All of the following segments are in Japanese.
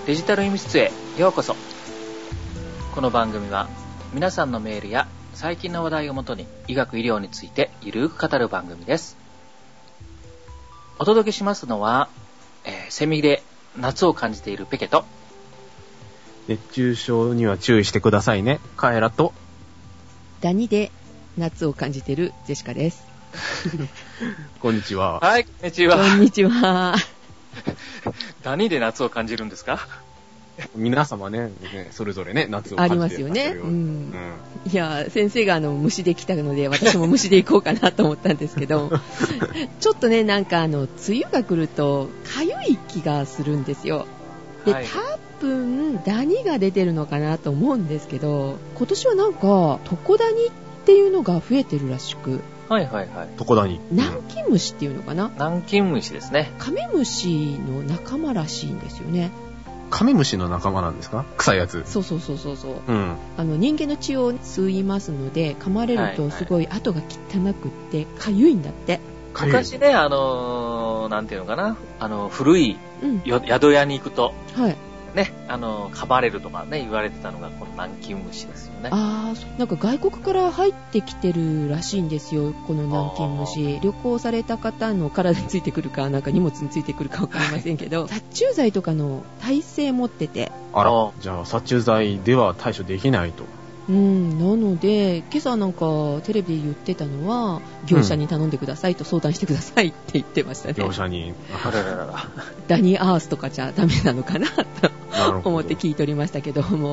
デジタル医務室へようこそ。この番組は皆さんのメールや最近の話題をもとに医学医療についてゆるく語る番組です。お届けしますのは、セミで夏を感じているペケと、 熱中症には注意してくださいね、カエラと、 ダニで夏を感じているジェシカです。 こんにちは。 はい、こんにちは。 こんにちは。 ダニで夏を感じるんですか？ 皆様ね、それぞれね、夏を感じてありますよね。 うん。 いや、先生が虫で来たので、私も虫で行こうかなと思ったんですけど、ちょっとね、なんか梅雨が来ると、かゆい気がするんですよ。で、 はい、 多分、ダニが出てるのかなと思うんですけど、今年はなんか、トコダニっていうのが増えてるらしく、 はいはいはい。 トコダニ。 南京虫っていうのかな、 南京虫ですね。 カメムシの仲間らしいんですよね。 カメムシの仲間なんですか？臭いやつ。 そう。 うん。 人間の血を吸いますので、噛まれるとすごい跡が汚くってかゆいんだって。 昔ね、なんていうのかな、古い、宿屋に行くと、 はい。 ね、噛まれるとかね、言われてたのがこの南京虫ですよね。 なんか外国から入ってきてるらしいんですよ、この南京虫。旅行された方の体についてくるか、なんか荷物についてくるかわかりませんけど、殺虫剤とかの耐性持ってて。 あら、じゃあ殺虫剤では対処できないと。 なので、今朝なんかテレビで言ってたのは、業者に頼んでくださいと相談してくださいって言ってましたね。 業者に。 ダニアースとかじゃダメなのかなと思って聞いておりましたけども。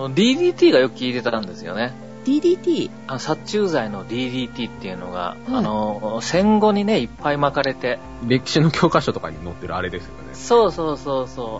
DDT がよく聞いてたんですよね。 DDT？ 殺虫剤の DDT っていうのが、はい、戦後にね、いっぱい巻かれて。 歴史の教科書とかに載ってるあれですよね。 そう。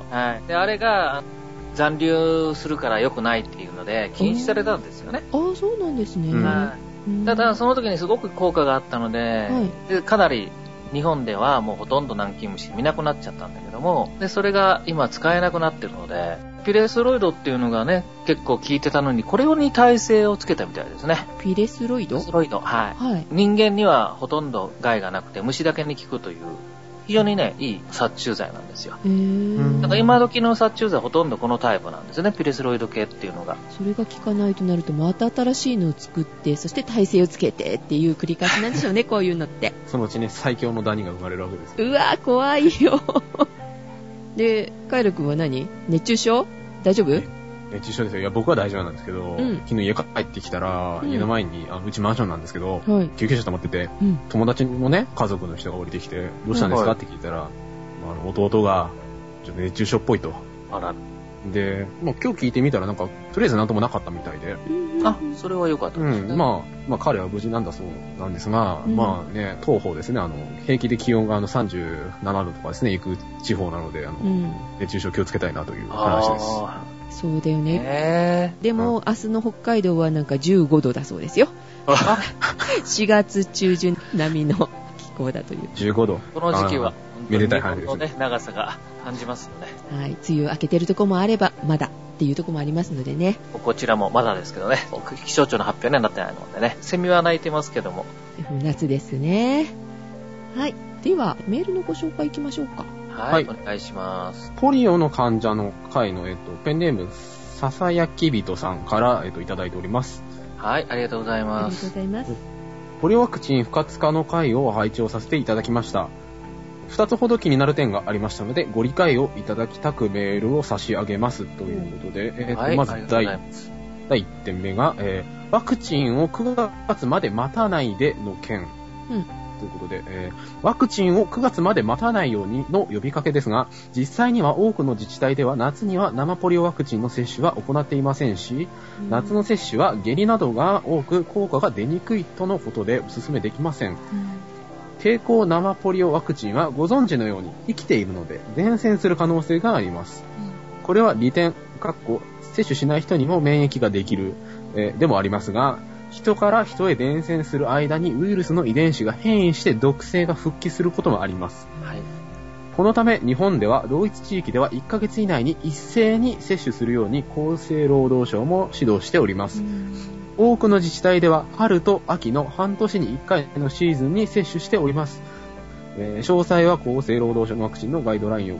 はい。で、あれが、残留するから良くないっていうので禁止されたんですよね。 そうなんですね。 ただその時にすごく効果があったので、でかなり日本ではもうほとんど南京虫見なくなっちゃったんだけども、でそれが今使えなくなってるので、ピレスロイドっていうのがね結構効いてたのに、これに耐性をつけたみたいですね。 ピレスロイド？ はい。人間にはほとんど害がなくて虫だけに効くという非常にね、いい殺虫剤なんですよ。だから今時の殺虫剤はほとんどこのタイプなんですよね、ピレスロイド系っていうのが。 それが効かないとなると、また新しいのを作って、そして耐性をつけてっていう繰り返しなんでしょうね、こういうのって。 そのうちね、最強のダニが生まれるわけです。 うわ、怖いよ。で、カイル君は何？熱中症？大丈夫？ 熱中症ですよ。いや、僕は大丈夫なんですけど、昨日家帰ってきたら、家の前に、うちマンションなんですけど、救急車止まってて、友達のね、家族の人が降りてきて、どうしたんですかって聞いたら、弟が、ちょっと熱中症っぽいと。 あら。 で、今日聞いてみたらなんか、とりあえずなんともなかったみたいで。 それは良かったですね。 まあ彼は無事なんだそうなんですが、まあね、東方ですね、平気で気温が37度とかですね、行く地方なので、熱中症気をつけたいなという話です。 そうだよね。でも、明日の北海道はなんか15度だそうですよ。4月中旬並みの気候だという。 15度。 この時期は、 めでたい話ですね。 長さが感じますので。 はい。梅雨明けてるとこもあれば、まだっていうとこもありますのでね。 こちらもまだですけどね。気象庁の発表にはなってないのでね。セミは鳴いてますけども。 夏ですね。はい。では、メールのご紹介いきましょうか。 はい、お願いします。 ポリオの患者の会の、ペンネーム、ささやきびとさんから、いただいております。 はい、ありがとうございます。 ありがとうございます。 ポリオワクチン不活化の会を配置をさせていただきました。2つほど気になる点がありましたので、ご理解をいただきたくメールを差し上げますということで、まず第1点目が、ワクチンを9月まで待たないでの件。ということで、ワクチンを9月まで待たないようにの呼びかけですが、実際には多くの自治体では夏には生ポリオワクチンの接種は行っていませんし、夏の接種は下痢などが多く効果が出にくいとのことでお勧めできません。経口生ポリオワクチンはご存知のように生きているので伝染する可能性があります。これは利点、接種しない人にも免疫ができる、でもありますが、人から人へ伝染する間にウイルスの遺伝子が変異して毒性が復帰することもあります。このため日本では同一地域では1ヶ月以内に一斉に接種するように厚生労働省も指導しております。多くの自治体では春と秋の半年に1回のシーズンに接種しております。詳細は厚生労働省のワクチンのガイドラインを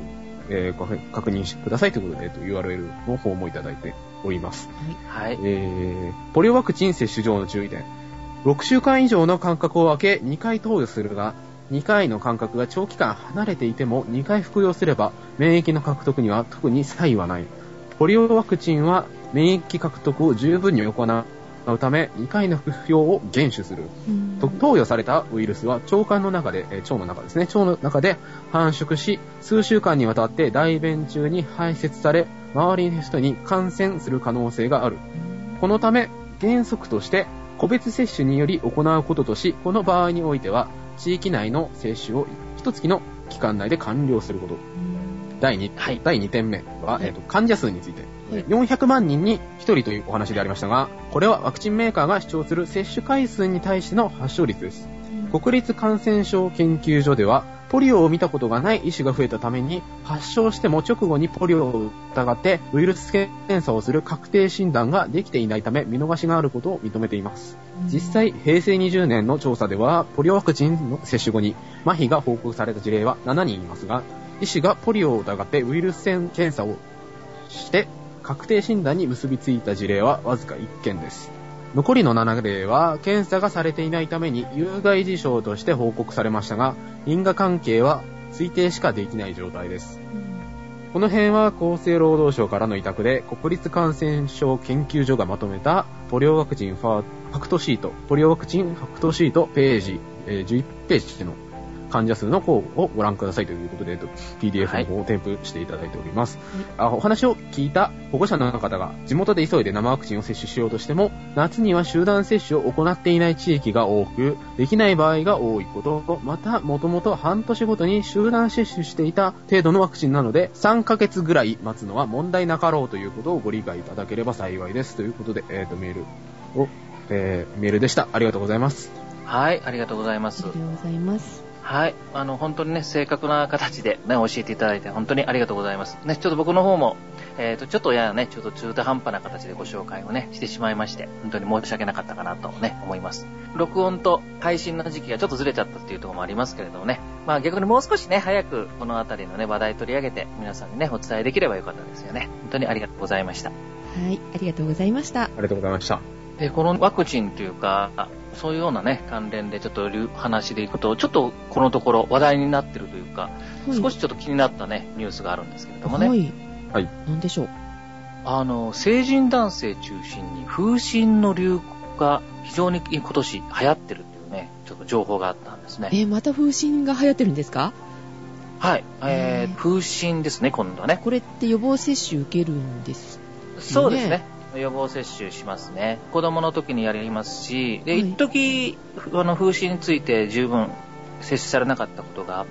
確認してくださいということで、URL の方もいただいております。 はい。 ポリオワクチン接種上の注意点。6週間以上の間隔を空け、2回投与するが、2回の間隔が長期間離れていても、2回服用すれば、免疫の獲得には特に差異はない。ポリオワクチンは、免疫獲得を十分に行うため、2回の服用を厳守する。投与されたウイルスは腸の中で繁殖し、数週間にわたって大便中に排泄され、周りの人に感染する可能性がある。このため、原則として個別接種により行うこととし、この場合においては、地域内の接種を1月の期間内で完了すること。第2点目は、患者数について。400万人に1人というお話でありましたが、これはワクチンメーカーが主張する接種回数に対しての発症率です。国立感染症研究所では、ポリオを見たことがない医師が増えたために、発症しても直後にポリオを疑ってウイルス検査をする確定診断ができていないため、見逃しがあることを認めています。実際、平成20年の調査では、ポリオワクチンの接種後に麻痺が報告された事例は7人いますが、医師がポリオを疑ってウイルス検査をして確定診断に結びついた事例はわずか1件です。残りの7例は検査がされていないために有害事象として報告されましたが、因果関係は推定しかできない状態です。この辺は厚生労働省からの委託で国立感染症研究所がまとめたポリオワクチンファクトシートページ、11ページの患者数の項をご覧くださいということで、PDF の方を添付していただいております。お話を聞いた保護者の方が地元で急いで生ワクチンを接種しようとしても、夏には集団接種を行っていない地域が多く、できない場合が多いことと、また、もともと半年ごとに集団接種していた程度のワクチンなので、3ヶ月ぐらい待つのは問題なかろうということをご理解いただければ幸いです。ということで、メールでした。ありがとうございます。 はい、ありがとうございます。 ありがとうございます。 はい。本当にね、正確な形でね、教えていただいて、本当にありがとうございます。ね、ちょっと僕の方も、ちょっとちょっと中途半端な形でご紹介をね、してしまいまして、本当に申し訳なかったかなとね、思います。録音と配信の時期がちょっとずれちゃったっていうところもありますけれどもね、まあ逆にもう少しね、早くこのあたりのね、話題取り上げて、皆さんにね、お伝えできればよかったですよね。本当にありがとうございました。 はい、ありがとうございました。 ありがとうございました。 で、このワクチンというか、そういうようなね、関連でちょっと話でいくと、ちょっとこのところ話題になってるというか、少しちょっと気になったね、ニュースがあるんですけれどもね。 はい。 何でしょう。 成人男性中心に風疹の流行が非常に今年流行ってるっていうね、ちょっと情報があったんですね。 また風疹が流行ってるんですか？ はい。風疹ですね、今度はね。 これって予防接種受けるんですよね？ そうですね。予防接種しますね。子供の時にやりますし、で、一時、風疹について十分接種されなかったことがあって、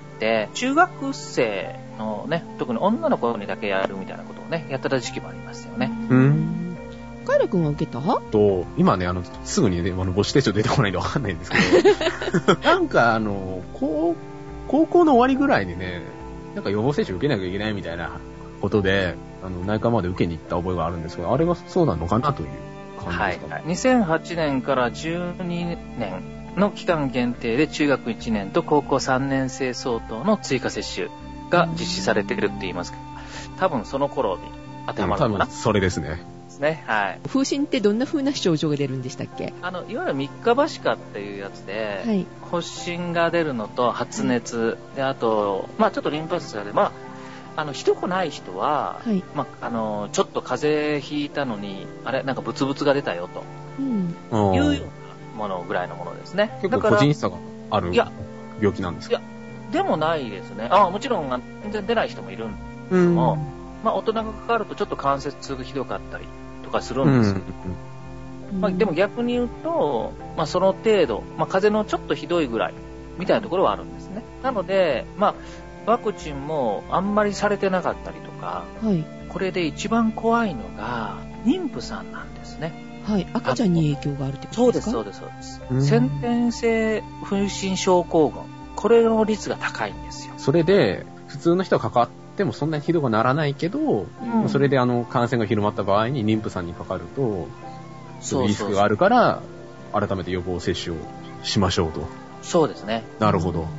中学生のね、特に女の子にだけやるみたいなことをね、やってた時期もありますよね。 カイラ君は受けた？ 今ね、すぐにね、母子手帳出てこないんでわかんないんですけど、なんか高校の終わりぐらいにね、なんか予防接種受けなきゃいけないみたいなことで、内科まで受けに行った覚えがあるんですけど、あれがそうなのかなという感じですかね。はい。 2008年から12年の期間限定で中学1年と高校3年生相当の追加接種が実施されているって言いますけど、多分その頃に当てはまるのかな。 多分それですね。 はい。 風疹ってどんな風な症状が出るんでしたっけ？ いわゆる三日歯科っていうやつで、はい、発疹が出るのと発熱、で、あと、ちょっとリンパ節が出る。ひどくない人は、はい、ちょっと風邪ひいたのに、なんかブツブツが出たよと、いうようなものぐらいのものですね。 結構個人差がある病気なんですか？ いや、でもないですね。もちろん全然出ない人もいるんですけども、大人がかかるとちょっと関節痛がひどかったりとかするんですけど、でも逆に言うと、その程度、風邪のちょっとひどいぐらいみたいなところはあるんですね。なので、ワクチンもあんまりされてなかったりとか、はい、これで一番怖いのが妊婦さんなんですね。 はい、赤ちゃんに影響があるってことですか？ そうです。先天性風疹症候群、これの率が高いんですよ。 それで普通の人がかかってもそんなにひどくならないけど、それで感染が広まった場合に妊婦さんにかかるとリスクがあるから、改めて予防接種をしましょうと。 そうですね。 なるほど。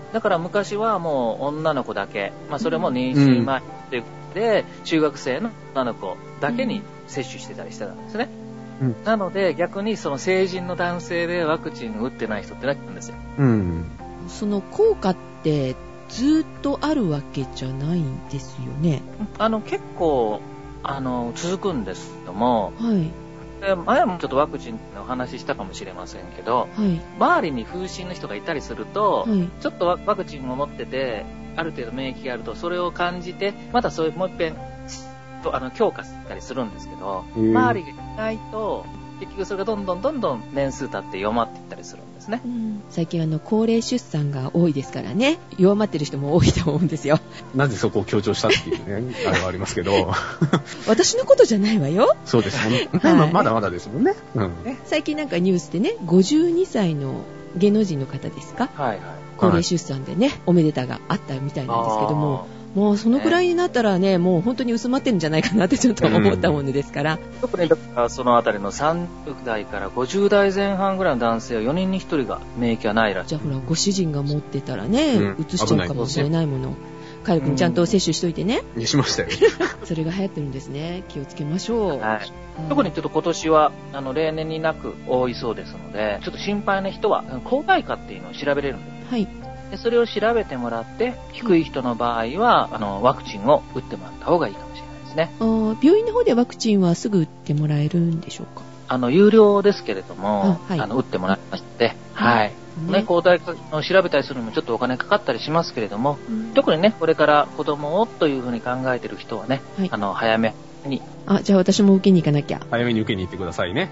だから昔はもう女の子だけ、まあそれも妊娠前で、中学生の女の子だけに接種してたりしてたんですね。なので逆にその成人の男性でワクチンを打ってない人ってなったんですよ。 その効果ってずっとあるわけじゃないんですよね。 結構続くんですけども、前もちょっとワクチンのお話ししたかもしれませんけど、周りに風疹の人がいたりすると、ちょっとワクチンを持っててある程度免疫があるとそれを感じてまたそういうもう一遍強化したりするんですけど、周りがいないと結局それがどんどん年数経って弱まっていったりするんですね。 最近高齢出産が多いですからね、弱まってる人も多いと思うんですよ。 なぜそこを強調したっていうね、あれはありますけど。 私のことじゃないわよ。 そうですね。まだまだですもんね。 最近なんかニュースでね、52歳の芸能人の方ですか、高齢出産でね、おめでたがあったみたいなんですけども、もうそのくらいになったらね、もう本当に薄まってるんじゃないかなってちょっと思ったもんですから。 特にそのあたりの30代から50代前半ぐらいの男性は4人に1人が免疫はないらしい。 じゃあほら、ご主人が持ってたらね、移しちゃうかもしれないもの。カイロ君ちゃんと接種しといてね。 しましたよ。 それが流行ってるんですね。気をつけましょう。 特にちょっと今年は例年になく多いそうですので、ちょっと心配な人は抗体価っていうのを調べれるんです。でそれを調べてもらって、低い人の場合はワクチンを打ってもらった方がいいかもしれないですね。 病院の方でワクチンはすぐ打ってもらえるんでしょうか？ 有料ですけれども、打ってもらいまして、抗体を調べたりするのもちょっとお金かかったりしますけれども、特にね、これから子供をというふうに考えている人はね、早めに。 じゃあ私も受けに行かなきゃ。 早めに受けに行ってくださいね。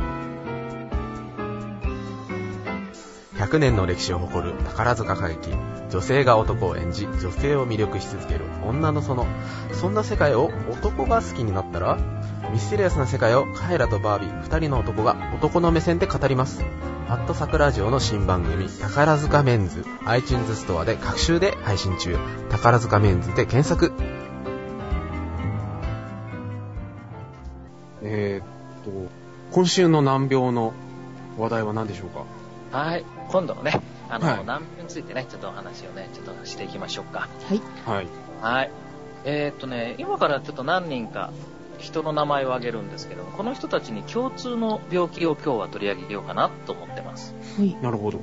100年の歴史を誇る宝塚歌劇、女性が男を演じ、女性を魅力し続ける女の園。そんな世界を男が好きになったら、ミステリアスな世界をカエラとバービー2人の男が男の目線で語ります。ファットサクラジオの新番組、宝塚メンズ、iTunes ストアで各週で配信中。宝塚メンズで検索。 今週の難病の話題は何でしょうか？ 今度のね、難病についてね、ちょっとお話をね、ちょっとしていきましょうか。今からちょっと何人か人の名前を挙げるんですけども、この人たちに共通の病気を今日は取り上げようかなと思ってます。 なるほど。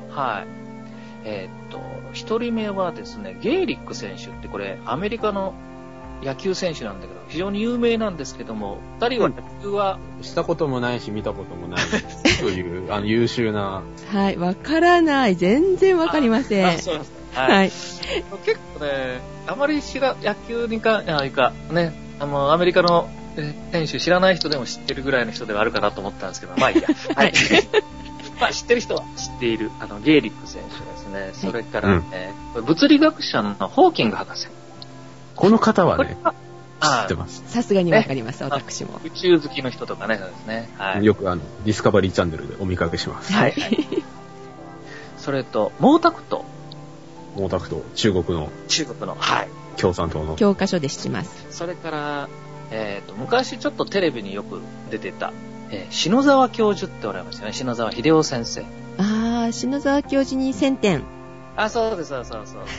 一人目はですね、ゲイリック選手ってこれアメリカの野球選手なんだけど、非常に有名なんですけども、二人は野球は、 したこともないし見たこともないという優秀な。 わからない。全然わかりません。 そうです。結構ね、あまり野球にかね、アメリカの選手知らない人でも知ってるぐらいの人ではあるかなと思ったんですけど、まあいいや。知ってる人は知っているゲイリック選手ですね。それから物理学者のホーキング博士。 この方はね、知ってます。 さすがにわかります、私も。 宇宙好きの人とかね、そうですね。 よくディスカバリーチャンネルでお見かけします。 それと、毛沢東。 中国の。共産党の。 教科書で知ってます。 それから、昔ちょっとテレビによく出てた、篠沢教授っておられますよね。篠沢秀夫先生。 篠沢教授に1000点。 そうです、そう。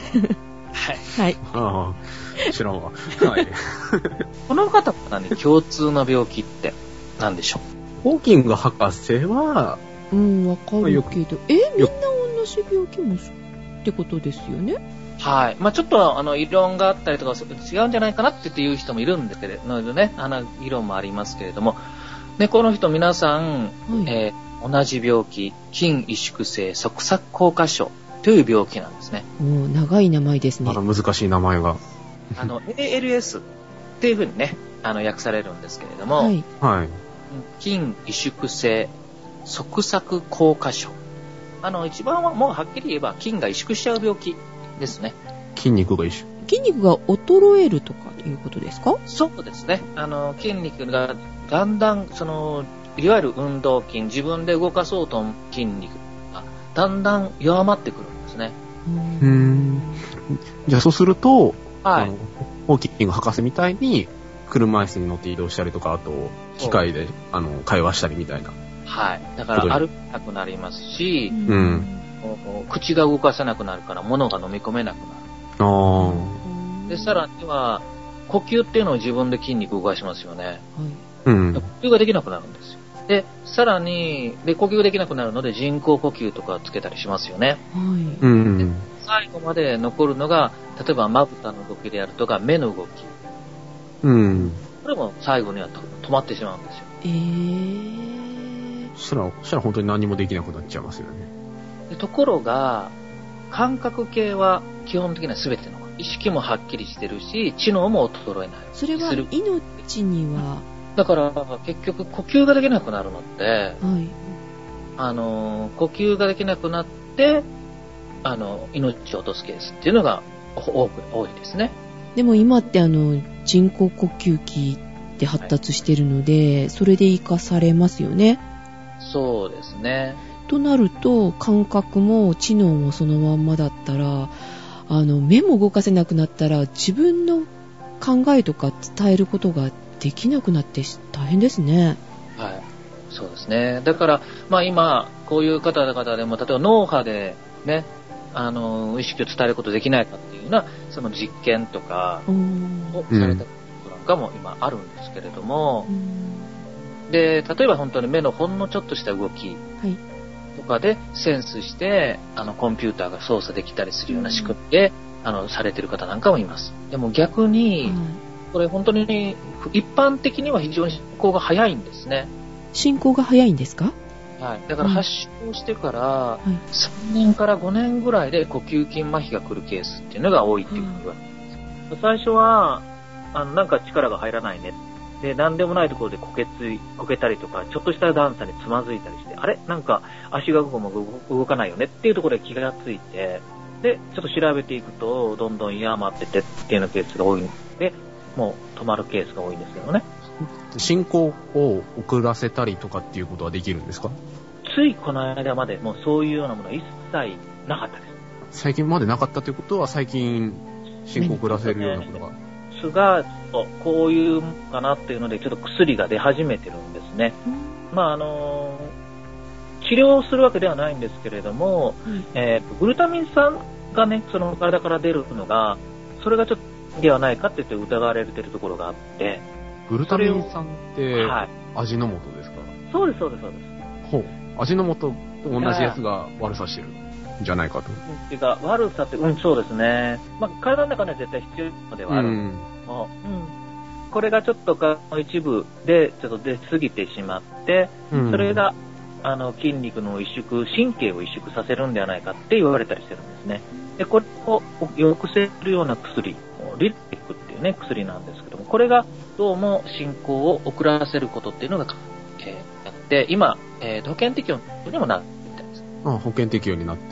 知らんわ。 この方々に共通の病気って何でしょう？ホーキング博士は、 わかるけど、みんな同じ病気もってことですよね。 ちょっと異論があったりとか違うんじゃないかなっていう人もいるんですけれどね、議論もありますけれども、ね、この人皆さん、同じ病気、筋萎縮性側索硬化症という病気なんですね。 長い名前ですね。 難しい名前が。 ALS っていうふうにね、訳されるんですけれども、筋萎縮性側索硬化症。一番はもうはっきり言えば筋が萎縮しちゃう病気ですね。 筋肉が衰えるとかいうことですか？ そうですね。筋肉がだんだんいわゆる運動筋、自分で動かそうと思う筋肉がだんだん弱まってくるんですね。 じゃあそうすると、ホーキング博士みたいに車椅子に乗って移動したりとか、あと機械で会話したりみたいな。 だから歩けなくなりますし、 口が動かせなくなるから物が飲み込めなくなる。で、さらには、呼吸っていうのを自分で筋肉動かしますよね。 うん。 呼吸ができなくなるんですよ。で、さらに、呼吸ができなくなるので人工呼吸とかつけたりしますよね。 うん。 最後まで残るのが、例えばまぶたの動きであるとか目の動き。 うん。 これも最後には止まってしまうんですよ。 そしたら本当に何もできなくなっちゃいますよね。 でところが、感覚系は基本的には全ての意識もはっきりしてるし、知能も衰えない。 それは命には、 だから結局呼吸ができなくなるので、 はい、 呼吸ができなくなって命を落とすケースっていうのが多いですね。 でも今って人工呼吸器って発達してるので、はい、それで活かされますよね。 そうですね。 となると感覚も知能もそのまんまだったら、目も動かせなくなったら自分の考えとか伝えることができなくなって大変ですね。 はい、そうですね。だから今こういう方々でも例えば脳波でね、意識を伝えることできないかっていうようなその実験とかをされたことなんかも今あるんですけれども、で例えば本当に目のほんのちょっとした動きとかでセンスしてコンピューターが操作できたりするような仕組みでされている方なんかもいます。でも逆に、これ本当に一般的には非常に進行が早いんですね。 進行が早いんですか？ はい。だから発症してから3年から5年ぐらいで呼吸筋麻痺が来るケースっていうのが多いっていうふうに言われています。最初はなんか力が入らないね。で、なんでもないところでこけたりとか、ちょっとした段差につまずいたりして、あれなんか足が動かないよねっていうところで気がついて、で、ちょっと調べていくと、どんどん弱まっててっていうようなケースが多いので、もう止まるケースが多いんですけどね。 進行を遅らせたりとかっていうことはできるんですか？ ついこの間までもうそういうようなものは一切なかったです。 最近までなかったということは、最近進行を遅らせるようなことが。 がこういうかなっていうのでちょっと薬が出始めてるんですね。治療するわけではないんですけれども、グルタミン酸がねその体から出るのがそれがちょっとではないかって言って疑われてるところがあって、 グルタミン酸って味の素ですか？ そうですそうですそうです。 ほう、味の素と同じやつが悪さしてるんじゃないかと。 っていうか悪さってそうですね。体の中には絶対必要ではあるんですけども、これがちょっと一部でちょっと出過ぎてしまって、それが筋肉の萎縮、神経を萎縮させるんではないかって言われたりしてるんですね。で、これを抑制するような薬、リティックっていうね薬なんですけども、これがどうも進行を遅らせることっていうのがあって今、保険適用にもなってるんです。 保険適用になって。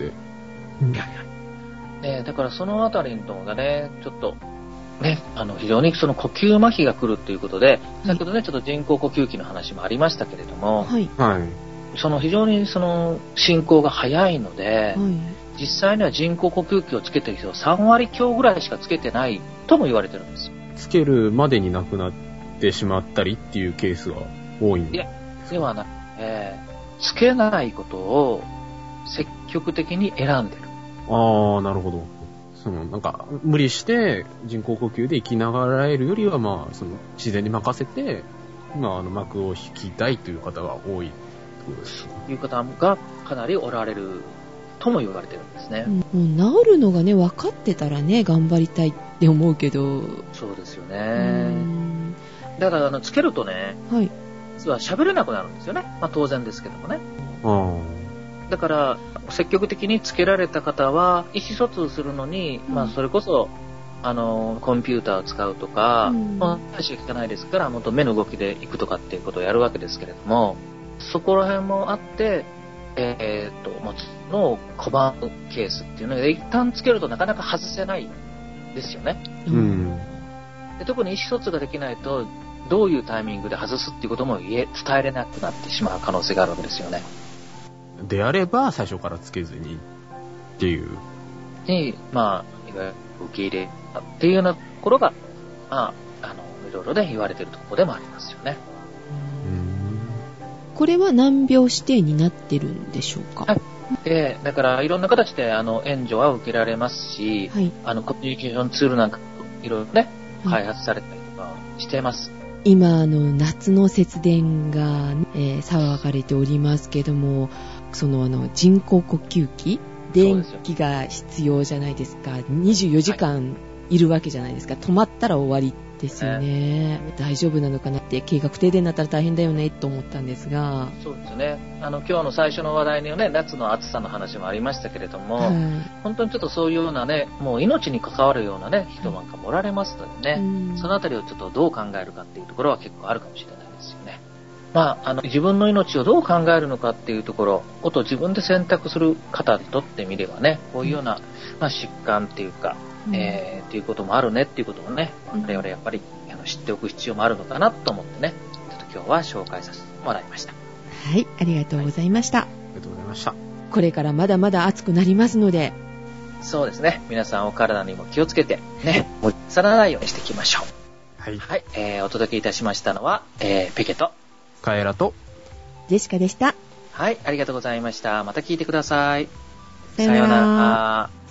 だからそのあたりのがね、ちょっとね、非常にその呼吸麻痺が来るということで、先ほどねちょっと人工呼吸器の話もありましたけれども、その非常にその進行が早いので、実際には人工呼吸器をつけてる人は3割強ぐらいしかつけてないとも言われてるんですよ。 つけるまでになくなってしまったりっていうケースが多いんですか？いや、 ではなくて、つけないことを積極的に選んでる。 なるほど。なんか無理して人工呼吸で生きながらえるよりは自然に任せて幕を引きたいという方が多いという方がかなりおられるとも言われてるんですね。 治るのがね分かってたらね頑張りたいって思うけど。 そうですよね。だからつけるとね、実は喋れなくなるんですよね。当然ですけどもね。だから積極的につけられた方は意思疎通するのに、それこそコンピューターを使うとか、話が聞かないですからもっと目の動きで行くとかっていうことをやるわけですけれども、そこら辺もあってのを拒むケースっていうのが一旦つけるとなかなか外せないですよね。で特に意思疎通ができないとどういうタイミングで外すっていうことも伝えれなくなってしまう可能性があるわけですよね。であれば最初からつけずにっていうにいわゆる受け入れたっていうようなところがいろいろで言われているところでもありますよね。 これは難病指定になってるんでしょうか？ だからいろんな形で援助は受けられますし、 はい。 コミュニケーションツールなんかいろいろね、開発されたりとかしてます。 今、夏の節電が、騒がれておりますけども、人工呼吸器、電気が必要じゃないですか。24時間いるわけじゃないですか。止まったら終わりですよね。大丈夫なのかなって、計画停電になったら大変だよねと思ったんですが。 そうですね。今日の最初の話題にはね、夏の暑さの話もありましたけれども、本当にちょっとそういうようなね、もう命に関わるようなね、人なんかもおられますのでね、そのあたりをちょっとどう考えるかっていうところは結構あるかもしれないですよね。自分の命をどう考えるのかっていうところをと自分で選択する方にとってみればね、こういうような、疾患っていうか、っていうこともあるねっていうことをね、我々やっぱり知っておく必要もあるのかなと思ってね、ちょっと今日は紹介させてもらいました。 はい、ありがとうございました。 ありがとうございました。 これからまだまだ暑くなりますので、 そうですね。皆さんお体にも気をつけてね、もうさらないようにしていきましょう。 はい。 はい、お届けいたしましたのは、ペケとカエラとジェシカでした。 はい、ありがとうございました。また聞いてください。 さようなら。